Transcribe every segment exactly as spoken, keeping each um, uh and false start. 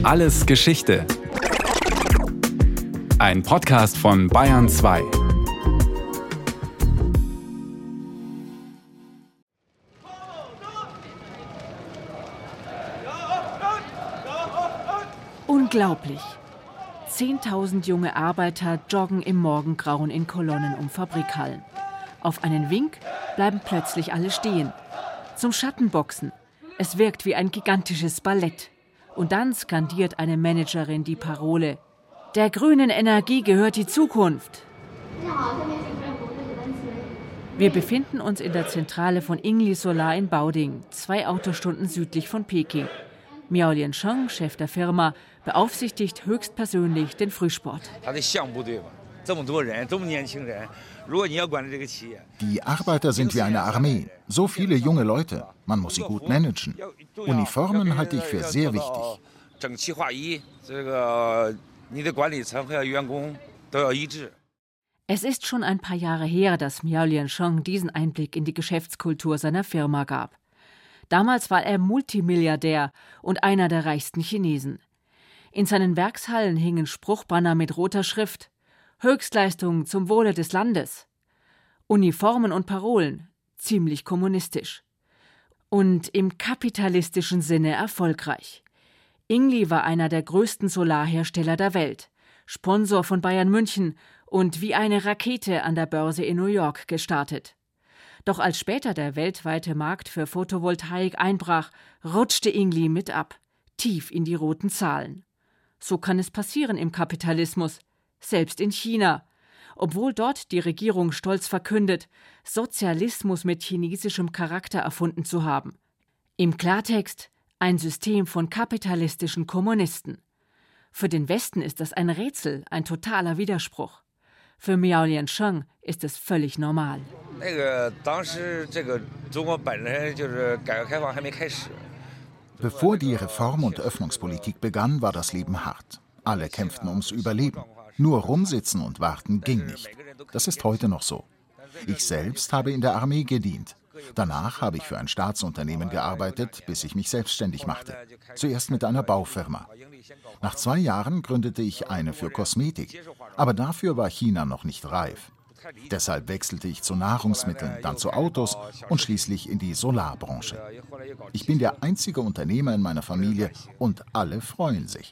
Alles Geschichte. Ein Podcast von Bayern zwei. Unglaublich. Zehntausend junge Arbeiter joggen im Morgengrauen in Kolonnen um Fabrikhallen. Auf einen Wink bleiben plötzlich alle stehen. Zum Schattenboxen. Es wirkt wie ein gigantisches Ballett. Und dann skandiert eine Managerin die Parole: Der grünen Energie gehört die Zukunft. Wir befinden uns in der Zentrale von Ingli Solar in Baoding, zwei Autostunden südlich von Peking. Miao Liansheng, Chef der Firma, beaufsichtigt höchstpersönlich den Frühsport. Die Arbeiter sind wie eine Armee. So viele junge Leute. Man muss sie gut managen. Uniformen halte ich für sehr wichtig. Es ist schon ein paar Jahre her, dass Miao Liansheng diesen Einblick in die Geschäftskultur seiner Firma gab. Damals war er Multimilliardär und einer der reichsten Chinesen. In seinen Werkshallen hingen Spruchbanner mit roter Schrift: Höchstleistung zum Wohle des Landes. Uniformen und Parolen, ziemlich kommunistisch. Und im kapitalistischen Sinne erfolgreich. Ingli war einer der größten Solarhersteller der Welt, Sponsor von Bayern München und wie eine Rakete an der Börse in New York gestartet. Doch als später der weltweite Markt für Photovoltaik einbrach, rutschte Ingli mit ab, tief in die roten Zahlen. So kann es passieren im Kapitalismus, selbst in China, obwohl dort die Regierung stolz verkündet, Sozialismus mit chinesischem Charakter erfunden zu haben. Im Klartext ein System von kapitalistischen Kommunisten. Für den Westen ist das ein Rätsel, ein totaler Widerspruch. Für Miao Liansheng ist es völlig normal. Bevor die Reform- und Öffnungspolitik begann, war das Leben hart. Alle kämpften ums Überleben. Nur rumsitzen und warten ging nicht. Das ist heute noch so. Ich selbst habe in der Armee gedient. Danach habe ich für ein Staatsunternehmen gearbeitet, bis ich mich selbstständig machte. Zuerst mit einer Baufirma. Nach zwei Jahren gründete ich eine für Kosmetik. Aber dafür war China noch nicht reif. Deshalb wechselte ich zu Nahrungsmitteln, dann zu Autos und schließlich in die Solarbranche. Ich bin der einzige Unternehmer in meiner Familie und alle freuen sich.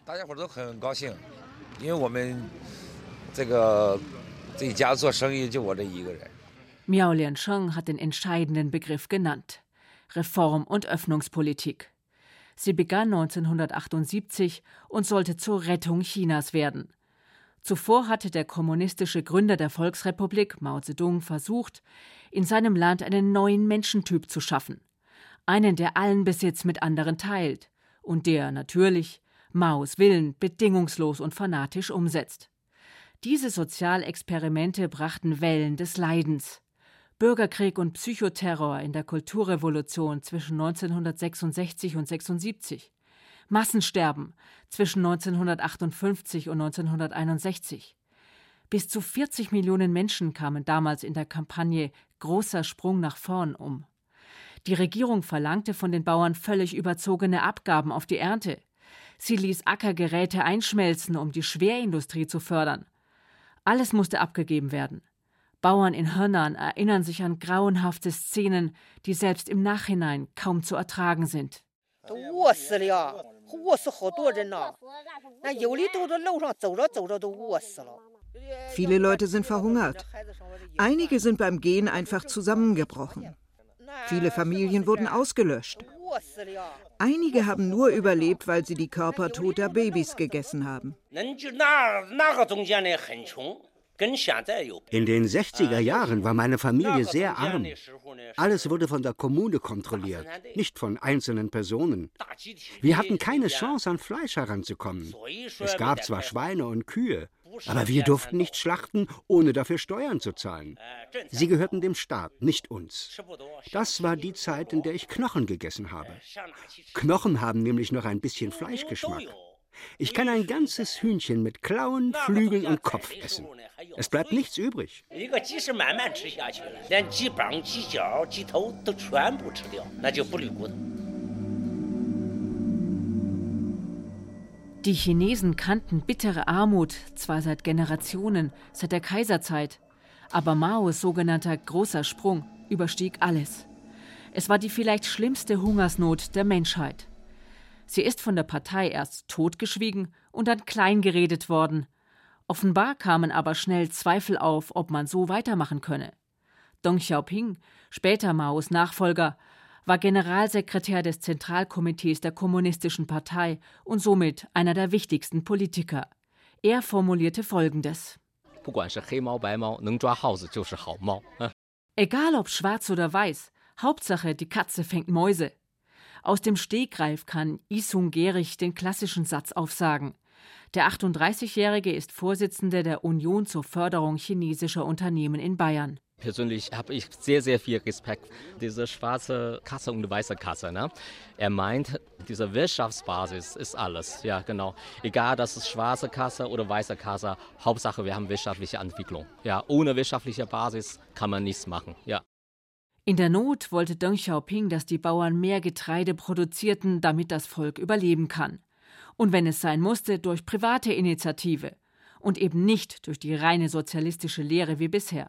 Miao Liansheng hat den entscheidenden Begriff genannt: Reform- und Öffnungspolitik. Sie begann neunzehnhundertachtundsiebzig und sollte zur Rettung Chinas werden. Zuvor hatte der kommunistische Gründer der Volksrepublik, Mao Zedong, versucht, in seinem Land einen neuen Menschentyp zu schaffen. Einen, der allen Besitz mit anderen teilt und der natürlich Maos Willen bedingungslos und fanatisch umsetzt. Diese Sozialexperimente brachten Wellen des Leidens. Bürgerkrieg und Psychoterror in der Kulturrevolution zwischen neunzehnhundertsechsundsechzig und sechsundsiebzig. Massensterben zwischen neunzehnhundertachtundfünfzig und neunzehnhunderteinundsechzig. Bis zu vierzig Millionen Menschen kamen damals in der Kampagne Großer Sprung nach vorn um. Die Regierung verlangte von den Bauern völlig überzogene Abgaben auf die Ernte. Sie ließ Ackergeräte einschmelzen, um die Schwerindustrie zu fördern. Alles musste abgegeben werden. Bauern in Henan erinnern sich an grauenhafte Szenen, die selbst im Nachhinein kaum zu ertragen sind. Viele Leute sind verhungert. Einige sind beim Gehen einfach zusammengebrochen. Viele Familien wurden ausgelöscht. Einige haben nur überlebt, weil sie die Körper toter Babys gegessen haben. In den sechziger Jahren war meine Familie sehr arm. Alles wurde von der Kommune kontrolliert, nicht von einzelnen Personen. Wir hatten keine Chance, an Fleisch heranzukommen. Es gab zwar Schweine und Kühe, aber wir durften nicht schlachten, ohne dafür Steuern zu zahlen. Sie gehörten dem Staat, nicht uns. Das war die Zeit, in der ich Knochen gegessen habe. Knochen haben nämlich noch ein bisschen Fleischgeschmack. Ich kann ein ganzes Hühnchen mit Klauen, Flügeln und Kopf essen. Es bleibt nichts übrig. Die Chinesen kannten bittere Armut, zwar seit Generationen, seit der Kaiserzeit, aber Maos sogenannter großer Sprung überstieg alles. Es war die vielleicht schlimmste Hungersnot der Menschheit. Sie ist von der Partei erst totgeschwiegen und dann kleingeredet worden. Offenbar kamen aber schnell Zweifel auf, ob man so weitermachen könne. Deng Xiaoping, später Maos Nachfolger, war Generalsekretär des Zentralkomitees der Kommunistischen Partei und somit einer der wichtigsten Politiker. Er formulierte Folgendes: Egal ob schwarz oder weiß, Hauptsache die Katze fängt Mäuse. Aus dem Stegreif kann Isung Gerich den klassischen Satz aufsagen. Der achtunddreißigjährige ist Vorsitzender der Union zur Förderung chinesischer Unternehmen in Bayern. Persönlich habe ich sehr, sehr viel Respekt für diese schwarze Kasse und weiße Kasse. Ne? Er meint, diese Wirtschaftsbasis ist alles. Ja, genau. Egal, dass es schwarze Kasse oder weiße Kasse, Hauptsache wir haben wirtschaftliche Entwicklung. Ja, ohne wirtschaftliche Basis kann man nichts machen. Ja. In der Not wollte Deng Xiaoping, dass die Bauern mehr Getreide produzierten, damit das Volk überleben kann. Und wenn es sein musste, durch private Initiative und eben nicht durch die reine sozialistische Lehre wie bisher.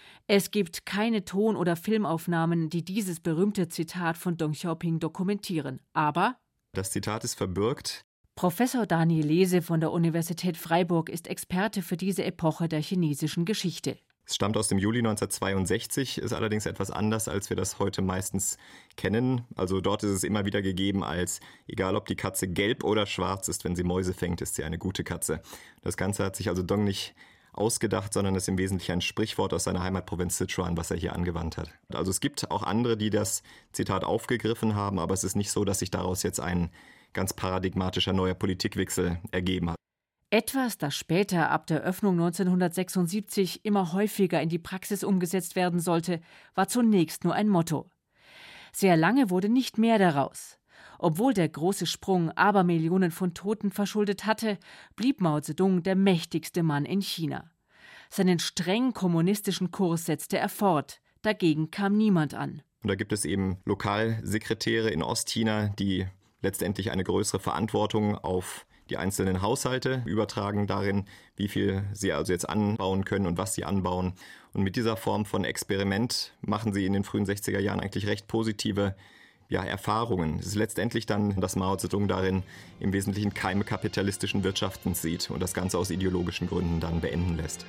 Es gibt keine Ton- oder Filmaufnahmen, die dieses berühmte Zitat von Deng Xiaoping dokumentieren. Aber das Zitat ist verbürgt. Professor Daniel Lese von der Universität Freiburg ist Experte für diese Epoche der chinesischen Geschichte. Es stammt aus dem Juli neunzehnhundertzweiundsechzig, ist allerdings etwas anders, als wir das heute meistens kennen. Also dort ist es immer wieder gegeben als, egal ob die Katze gelb oder schwarz ist, wenn sie Mäuse fängt, ist sie eine gute Katze. Das Ganze hat sich also Deng nicht ausgedacht, sondern ist im Wesentlichen ein Sprichwort aus seiner Heimatprovinz Sichuan, was er hier angewandt hat. Also es gibt auch andere, die das Zitat aufgegriffen haben, aber es ist nicht so, dass sich daraus jetzt ein ganz paradigmatischer neuer Politikwechsel ergeben hat. Etwas, das später ab der Öffnung neunzehnhundertsechsundsiebzig immer häufiger in die Praxis umgesetzt werden sollte, war zunächst nur ein Motto. Sehr lange wurde nicht mehr daraus. Obwohl der große Sprung Abermillionen von Toten verschuldet hatte, blieb Mao Zedong der mächtigste Mann in China. Seinen streng kommunistischen Kurs setzte er fort, dagegen kam niemand an. Und da gibt es eben Lokalsekretäre in Ostchina, die letztendlich eine größere Verantwortung auf die einzelnen Haushalte übertragen darin, wie viel sie also jetzt anbauen können und was sie anbauen. Und mit dieser Form von Experiment machen sie in den frühen sechziger Jahren eigentlich recht positive ja, Erfahrungen. Es ist letztendlich dann, dass Mao Zedong darin im Wesentlichen Keime kapitalistischen Wirtschaftens sieht und das Ganze aus ideologischen Gründen dann beenden lässt.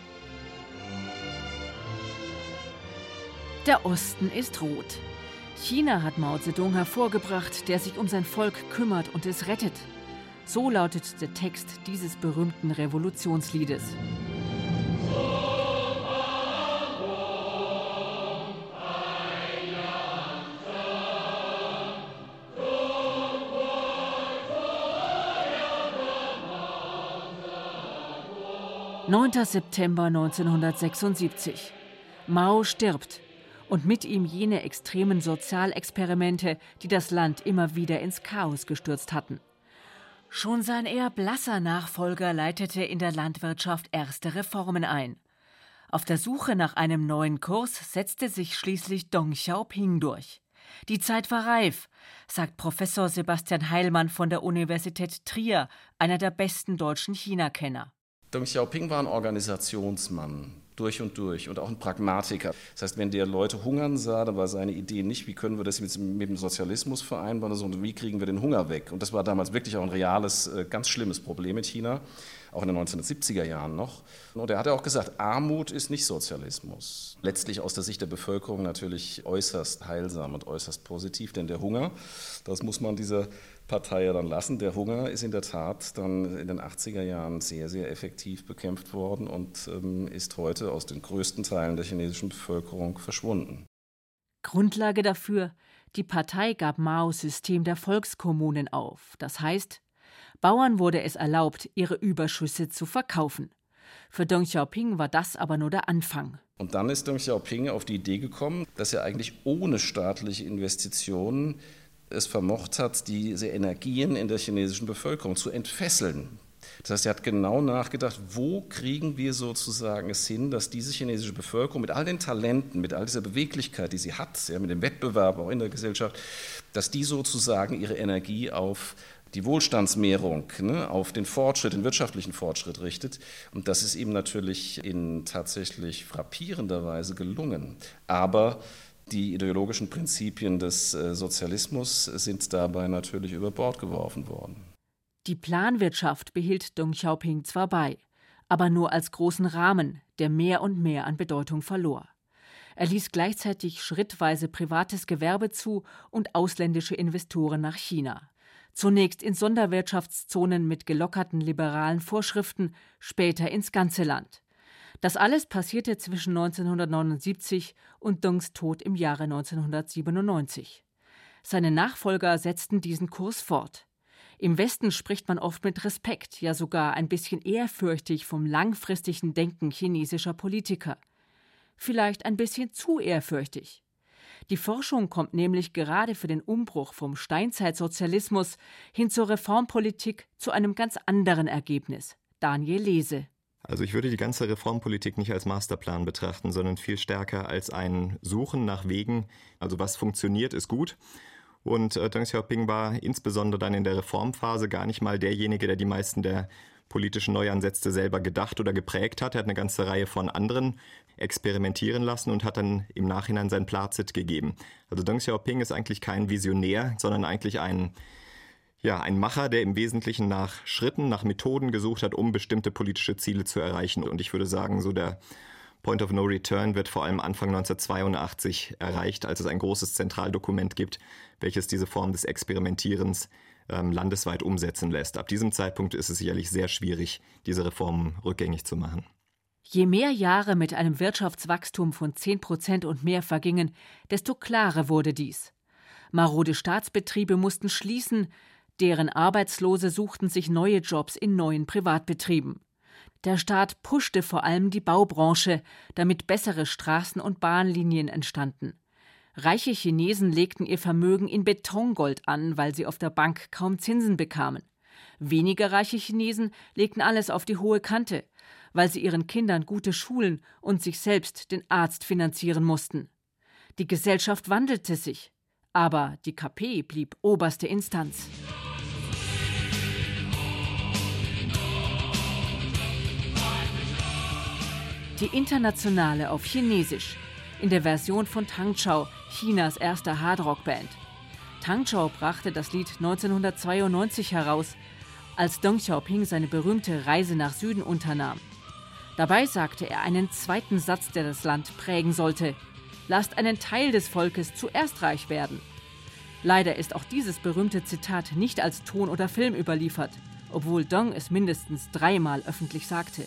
Der Osten ist rot. China hat Mao Zedong hervorgebracht, der sich um sein Volk kümmert und es rettet. So lautet der Text dieses berühmten Revolutionsliedes. neunter September neunzehnhundertsechsundsiebzig. Mao stirbt und mit ihm jene extremen Sozialexperimente, die das Land immer wieder ins Chaos gestürzt hatten. Schon sein eher blasser Nachfolger leitete in der Landwirtschaft erste Reformen ein. Auf der Suche nach einem neuen Kurs setzte sich schließlich Deng Xiaoping durch. Die Zeit war reif, sagt Professor Sebastian Heilmann von der Universität Trier, einer der besten deutschen China-Kenner. Deng Xiaoping war ein Organisationsmann, durch und durch, und auch ein Pragmatiker. Das heißt, wenn der Leute hungern sah, dann war seine Idee nicht, wie können wir das mit, mit dem Sozialismus vereinbaren, sondern wie kriegen wir den Hunger weg. Und das war damals wirklich auch ein reales, ganz schlimmes Problem in China, auch in den neunzehnhundertsiebziger Jahren noch. Und er hat auch gesagt, Armut ist nicht Sozialismus. Letztlich aus der Sicht der Bevölkerung natürlich äußerst heilsam und äußerst positiv, denn der Hunger, das muss man dieser Partei ja dann lassen. Der Hunger ist in der Tat dann in den achtziger Jahren sehr, sehr effektiv bekämpft worden und ähm, ist heute aus den größten Teilen der chinesischen Bevölkerung verschwunden. Grundlage dafür: Die Partei gab Maos System der Volkskommunen auf. Das heißt, Bauern wurde es erlaubt, ihre Überschüsse zu verkaufen. Für Deng Xiaoping war das aber nur der Anfang. Und dann ist Deng Xiaoping auf die Idee gekommen, dass er eigentlich ohne staatliche Investitionen es vermocht hat, diese Energien in der chinesischen Bevölkerung zu entfesseln. Das heißt, er hat genau nachgedacht, wo kriegen wir sozusagen es hin, dass diese chinesische Bevölkerung mit all den Talenten, mit all dieser Beweglichkeit, die sie hat, ja, mit dem Wettbewerb auch in der Gesellschaft, dass die sozusagen ihre Energie auf die Wohlstandsmehrung ne, auf den Fortschritt, den wirtschaftlichen Fortschritt richtet. Und das ist ihm natürlich in tatsächlich frappierender Weise gelungen. Aber die ideologischen Prinzipien des Sozialismus sind dabei natürlich über Bord geworfen worden. Die Planwirtschaft behielt Deng Xiaoping zwar bei, aber nur als großen Rahmen, der mehr und mehr an Bedeutung verlor. Er ließ gleichzeitig schrittweise privates Gewerbe zu und ausländische Investoren nach China. Zunächst in Sonderwirtschaftszonen mit gelockerten liberalen Vorschriften, später ins ganze Land. Das alles passierte zwischen neunzehnhundertneunundsiebzig und Dengs Tod im Jahre neunzehnhundertsiebenundneunzig. Seine Nachfolger setzten diesen Kurs fort. Im Westen spricht man oft mit Respekt, ja sogar ein bisschen ehrfürchtig vom langfristigen Denken chinesischer Politiker. Vielleicht ein bisschen zu ehrfürchtig. Die Forschung kommt nämlich gerade für den Umbruch vom Steinzeitsozialismus hin zur Reformpolitik zu einem ganz anderen Ergebnis. Daniel Lese. Also ich würde die ganze Reformpolitik nicht als Masterplan betrachten, sondern viel stärker als ein Suchen nach Wegen. Also was funktioniert, ist gut. Und äh, Deng Xiaoping war insbesondere dann in der Reformphase gar nicht mal derjenige, der die meisten der politischen Neuansätze selber gedacht oder geprägt hat. Er hat eine ganze Reihe von anderen experimentieren lassen und hat dann im Nachhinein sein Plazit gegeben. Also Deng Xiaoping ist eigentlich kein Visionär, sondern eigentlich ein, ja, ein Macher, der im Wesentlichen nach Schritten, nach Methoden gesucht hat, um bestimmte politische Ziele zu erreichen. Und ich würde sagen, so der Point of No Return wird vor allem Anfang neunzehnhundertzweiundachtzig erreicht, als es ein großes Zentraldokument gibt, welches diese Form des Experimentierens ähm, landesweit umsetzen lässt. Ab diesem Zeitpunkt ist es sicherlich sehr schwierig, diese Reformen rückgängig zu machen. Je mehr Jahre mit einem Wirtschaftswachstum von zehn Prozent und mehr vergingen, desto klarer wurde dies. Marode Staatsbetriebe mussten schließen, deren Arbeitslose suchten sich neue Jobs in neuen Privatbetrieben. Der Staat pushte vor allem die Baubranche, damit bessere Straßen- und Bahnlinien entstanden. Reiche Chinesen legten ihr Vermögen in Betongold an, weil sie auf der Bank kaum Zinsen bekamen. Weniger reiche Chinesen legten alles auf die hohe Kante, weil sie ihren Kindern gute Schulen und sich selbst den Arzt finanzieren mussten. Die Gesellschaft wandelte sich, aber die K P blieb oberste Instanz. Die Internationale auf Chinesisch, in der Version von Tang Chao, Chinas erster Hardrock-Band. Tang Chao brachte das Lied neunzehnhundertzweiundneunzig heraus, als Deng Xiaoping seine berühmte Reise nach Süden unternahm. Dabei sagte er einen zweiten Satz, der das Land prägen sollte: Lasst einen Teil des Volkes zuerst reich werden. Leider ist auch dieses berühmte Zitat nicht als Ton oder Film überliefert, obwohl Deng es mindestens dreimal öffentlich sagte.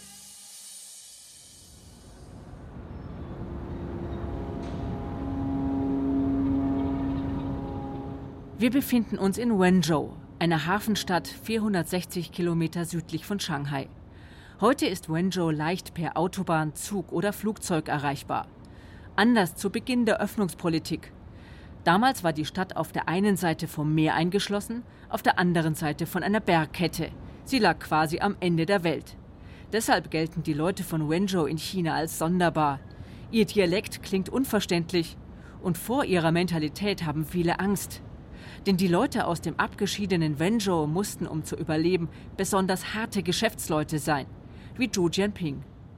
Wir befinden uns in Wenzhou, einer Hafenstadt vierhundertsechzig Kilometer südlich von Shanghai. Heute ist Wenzhou leicht per Autobahn, Zug oder Flugzeug erreichbar. Anders zu Beginn der Öffnungspolitik. Damals war die Stadt auf der einen Seite vom Meer eingeschlossen, auf der anderen Seite von einer Bergkette. Sie lag quasi am Ende der Welt. Deshalb gelten die Leute von Wenzhou in China als sonderbar. Ihr Dialekt klingt unverständlich und vor ihrer Mentalität haben viele Angst. Denn die Leute aus dem abgeschiedenen Wenzhou mussten, um zu überleben, besonders harte Geschäftsleute sein, wie Zhu Jianping.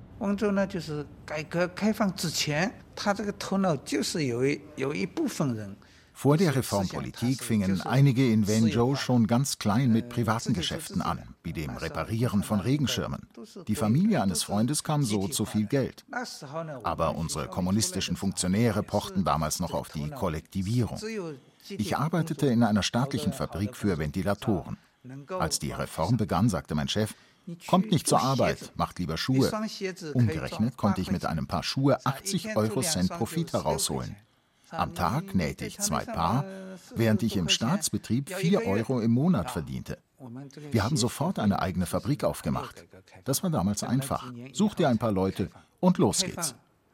Vor der Reformpolitik fingen einige in Wenzhou schon ganz klein mit privaten Geschäften an, wie dem Reparieren von Regenschirmen. Die Familie eines Freundes kam so zu viel Geld. Aber unsere kommunistischen Funktionäre pochten damals noch auf die Kollektivierung. Ich arbeitete in einer staatlichen Fabrik für Ventilatoren. Als die Reform begann, sagte mein Chef: Kommt nicht zur Arbeit, macht lieber Schuhe. Umgerechnet konnte ich mit einem Paar Schuhe achtzig Euro Cent Profit herausholen. Am Tag nähte ich zwei Paar, während ich im Staatsbetrieb vier Euro im Monat verdiente. Wir haben sofort eine eigene Fabrik aufgemacht. Das war damals einfach. Such dir ein paar Leute und los geht's.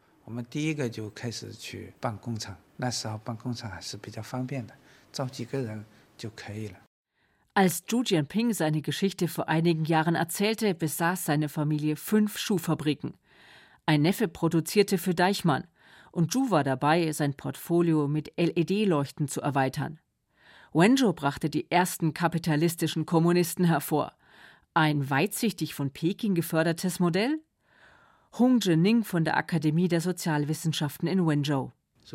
Als Zhu Jianping seine Geschichte vor einigen Jahren erzählte, besaß seine Familie fünf Schuhfabriken. Ein Neffe produzierte für Deichmann und Zhu war dabei, sein Portfolio mit L E D-Leuchten zu erweitern. Wenzhou brachte die ersten kapitalistischen Kommunisten hervor. Ein weitsichtig von Peking gefördertes Modell? Hung Zhening von der Akademie der Sozialwissenschaften in Wenzhou.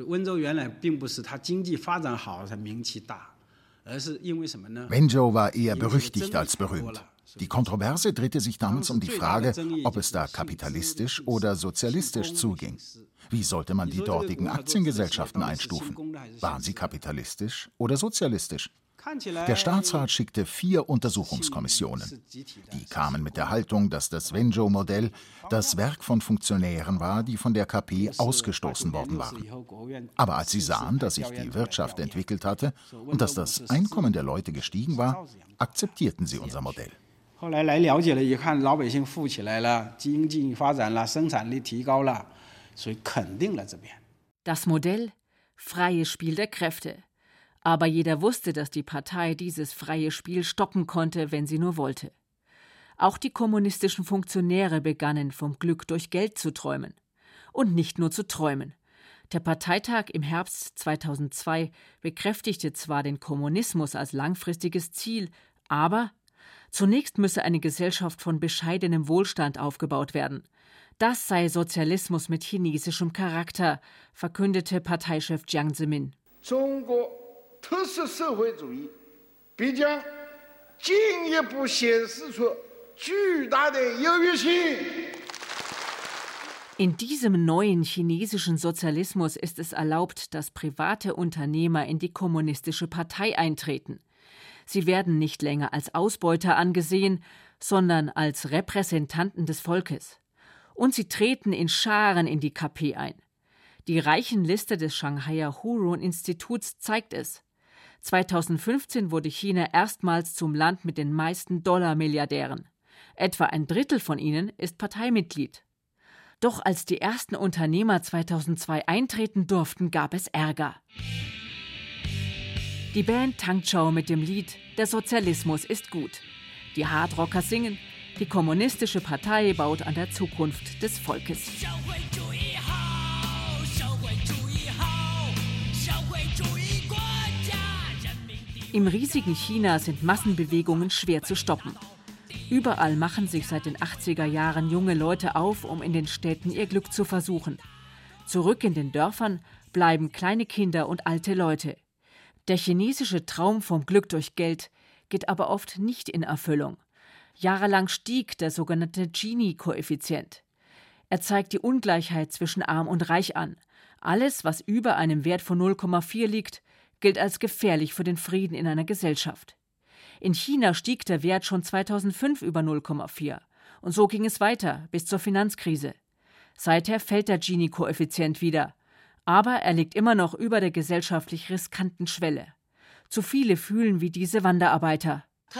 Wenzhou war eher berüchtigt als berühmt. Die Kontroverse drehte sich damals um die Frage, ob es da kapitalistisch oder sozialistisch zuging. Wie sollte man die dortigen Aktiengesellschaften einstufen? Waren sie kapitalistisch oder sozialistisch? Der Staatsrat schickte vier Untersuchungskommissionen. Die kamen mit der Haltung, dass das Wenzhou-Modell das Werk von Funktionären war, die von der K P ausgestoßen worden waren. Aber als sie sahen, dass sich die Wirtschaft entwickelt hatte und dass das Einkommen der Leute gestiegen war, akzeptierten sie unser Modell. Das Modell? Freies Spiel der Kräfte. Aber jeder wusste, dass die Partei dieses freie Spiel stoppen konnte, wenn sie nur wollte. Auch die kommunistischen Funktionäre begannen, vom Glück durch Geld zu träumen. Und nicht nur zu träumen. Der Parteitag im Herbst zweitausendzwei bekräftigte zwar den Kommunismus als langfristiges Ziel, aber zunächst müsse eine Gesellschaft von bescheidenem Wohlstand aufgebaut werden. Das sei Sozialismus mit chinesischem Charakter, verkündete Parteichef Jiang Zemin. In diesem neuen chinesischen Sozialismus ist es erlaubt, dass private Unternehmer in die kommunistische Partei eintreten. Sie werden nicht länger als Ausbeuter angesehen, sondern als Repräsentanten des Volkes. Und sie treten in Scharen in die K P ein. Die Reichenliste des Shanghaier Hurun-Instituts zeigt es. zweitausendfünfzehn wurde China erstmals zum Land mit den meisten Dollar-Milliardären. Etwa ein Drittel von ihnen ist Parteimitglied. Doch als die ersten Unternehmer zweitausendzwei eintreten durften, gab es Ärger. Die Band Tangzhou mit dem Lied »Der Sozialismus ist gut«. Die Hardrocker singen, die Kommunistische Partei baut an der Zukunft des Volkes. Im riesigen China sind Massenbewegungen schwer zu stoppen. Überall machen sich seit den achtziger Jahren junge Leute auf, um in den Städten ihr Glück zu versuchen. Zurück in den Dörfern bleiben kleine Kinder und alte Leute. Der chinesische Traum vom Glück durch Geld geht aber oft nicht in Erfüllung. Jahrelang stieg der sogenannte Gini-Koeffizient. Er zeigt die Ungleichheit zwischen Arm und Reich an. Alles, was über einem Wert von null Komma vier liegt, gilt als gefährlich für den Frieden in einer Gesellschaft. In China stieg der Wert schon zweitausendfünf über null Komma vier. Und so ging es weiter bis zur Finanzkrise. Seither fällt der Gini-Koeffizient wieder. Aber er liegt immer noch über der gesellschaftlich riskanten Schwelle. Zu viele fühlen wie diese Wanderarbeiter.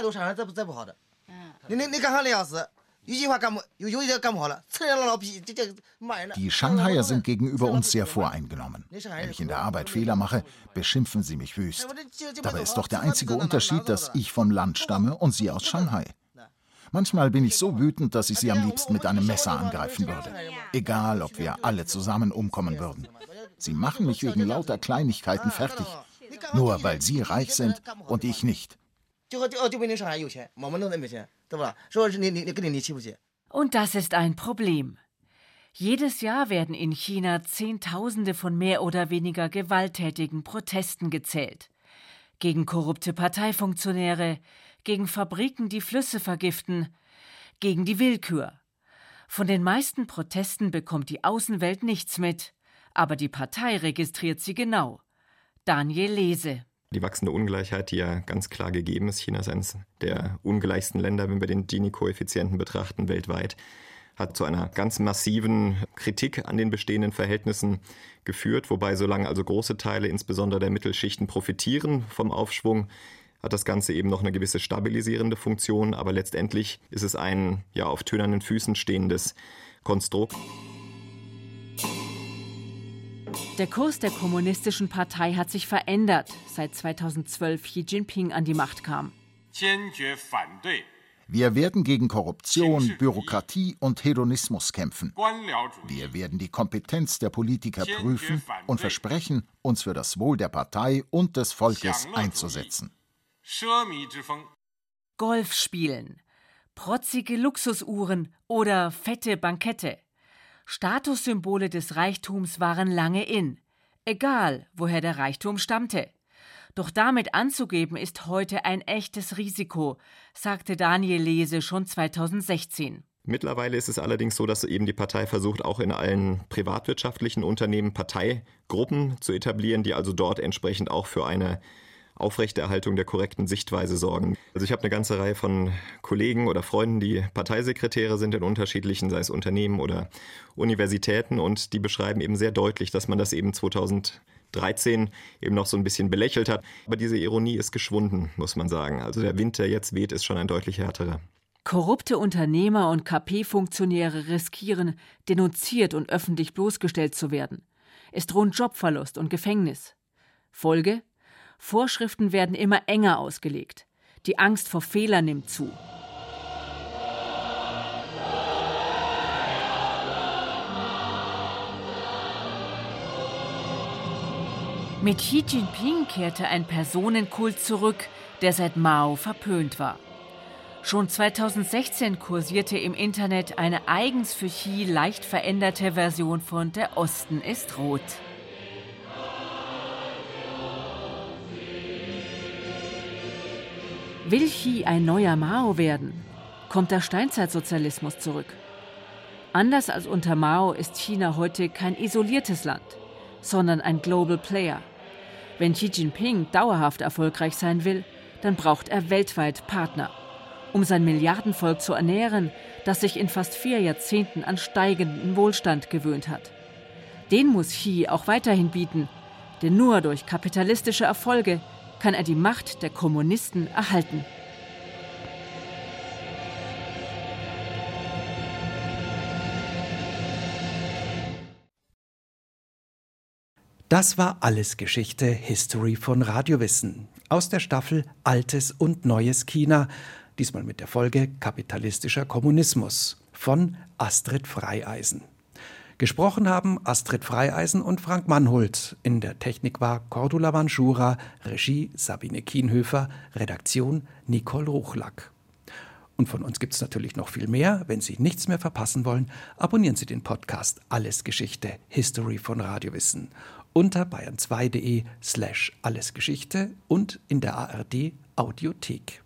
Die Shanghaier sind gegenüber uns sehr voreingenommen. Wenn ich in der Arbeit Fehler mache, beschimpfen sie mich wüst. Dabei ist doch der einzige Unterschied, dass ich vom Land stamme und sie aus Shanghai. Manchmal bin ich so wütend, dass ich sie am liebsten mit einem Messer angreifen würde. Egal, ob wir alle zusammen umkommen würden. Sie machen mich wegen lauter Kleinigkeiten fertig. Nur weil sie reich sind und ich nicht. Und das ist ein Problem. Jedes Jahr werden in China Zehntausende von mehr oder weniger gewalttätigen Protesten gezählt. Gegen korrupte Parteifunktionäre, gegen Fabriken, die Flüsse vergiften, gegen die Willkür. Von den meisten Protesten bekommt die Außenwelt nichts mit, aber die Partei registriert sie genau. Daniel Lese. Die wachsende Ungleichheit, die ja ganz klar gegeben ist, China ist eines der ungleichsten Länder, wenn wir den Gini-Koeffizienten betrachten, weltweit, hat zu einer ganz massiven Kritik an den bestehenden Verhältnissen geführt, wobei solange also große Teile, insbesondere der Mittelschichten, profitieren vom Aufschwung, hat das Ganze eben noch eine gewisse stabilisierende Funktion, aber letztendlich ist es ein ja auf tönernen Füßen stehendes Konstrukt. Der Kurs der Kommunistischen Partei hat sich verändert, seit zweitausendzwölf Xi Jinping an die Macht kam. Wir werden gegen Korruption, Bürokratie und Hedonismus kämpfen. Wir werden die Kompetenz der Politiker prüfen und versprechen, uns für das Wohl der Partei und des Volkes einzusetzen. Golf spielen, protzige Luxusuhren oder fette Bankette. Statussymbole des Reichtums waren lange in, egal woher der Reichtum stammte. Doch damit anzugeben ist heute ein echtes Risiko, sagte Daniel Lese schon zweitausendsechzehn. Mittlerweile ist es allerdings so, dass eben die Partei versucht, auch in allen privatwirtschaftlichen Unternehmen Parteigruppen zu etablieren, die also dort entsprechend auch für eine Aufrechterhaltung der korrekten Sichtweise sorgen. Also ich habe eine ganze Reihe von Kollegen oder Freunden, die Parteisekretäre sind in unterschiedlichen, sei es Unternehmen oder Universitäten, und die beschreiben eben sehr deutlich, dass man das eben zweitausenddreizehn eben noch so ein bisschen belächelt hat. Aber diese Ironie ist geschwunden, muss man sagen. Also der Wind, der jetzt weht, ist schon ein deutlich härterer. Korrupte Unternehmer und K P-Funktionäre riskieren, denunziert und öffentlich bloßgestellt zu werden. Es drohen Jobverlust und Gefängnis. Folge? Vorschriften werden immer enger ausgelegt. Die Angst vor Fehlern nimmt zu. Mit Xi Jinping kehrte ein Personenkult zurück, der seit Mao verpönt war. Schon zweitausendsechzehn kursierte im Internet eine eigens für Xi leicht veränderte Version von Der Osten ist rot. Will Xi ein neuer Mao werden? Kommt der Steinzeitsozialismus zurück? Anders als unter Mao ist China heute kein isoliertes Land, sondern ein Global Player. Wenn Xi Jinping dauerhaft erfolgreich sein will, dann braucht er weltweit Partner, um sein Milliardenvolk zu ernähren, das sich in fast vier Jahrzehnten an steigenden Wohlstand gewöhnt hat. Den muss Xi auch weiterhin bieten, denn nur durch kapitalistische Erfolge kann er die Macht der Kommunisten erhalten. Das war Alles Geschichte, History von Radiowissen. Aus der Staffel Altes und Neues China, diesmal mit der Folge Kapitalistischer Kommunismus von Astrid Freieisen. Gesprochen haben Astrid Freieisen und Frank Mannhult. In der Technik war Cordula Vanschura, Regie Sabine Kienhöfer, Redaktion Nicole Ruchlack. Und von uns gibt es natürlich noch viel mehr. Wenn Sie nichts mehr verpassen wollen, abonnieren Sie den Podcast Alles Geschichte, History von Radiowissen unter bayern zwei punkt de slash allesgeschichte und in der A R D Audiothek.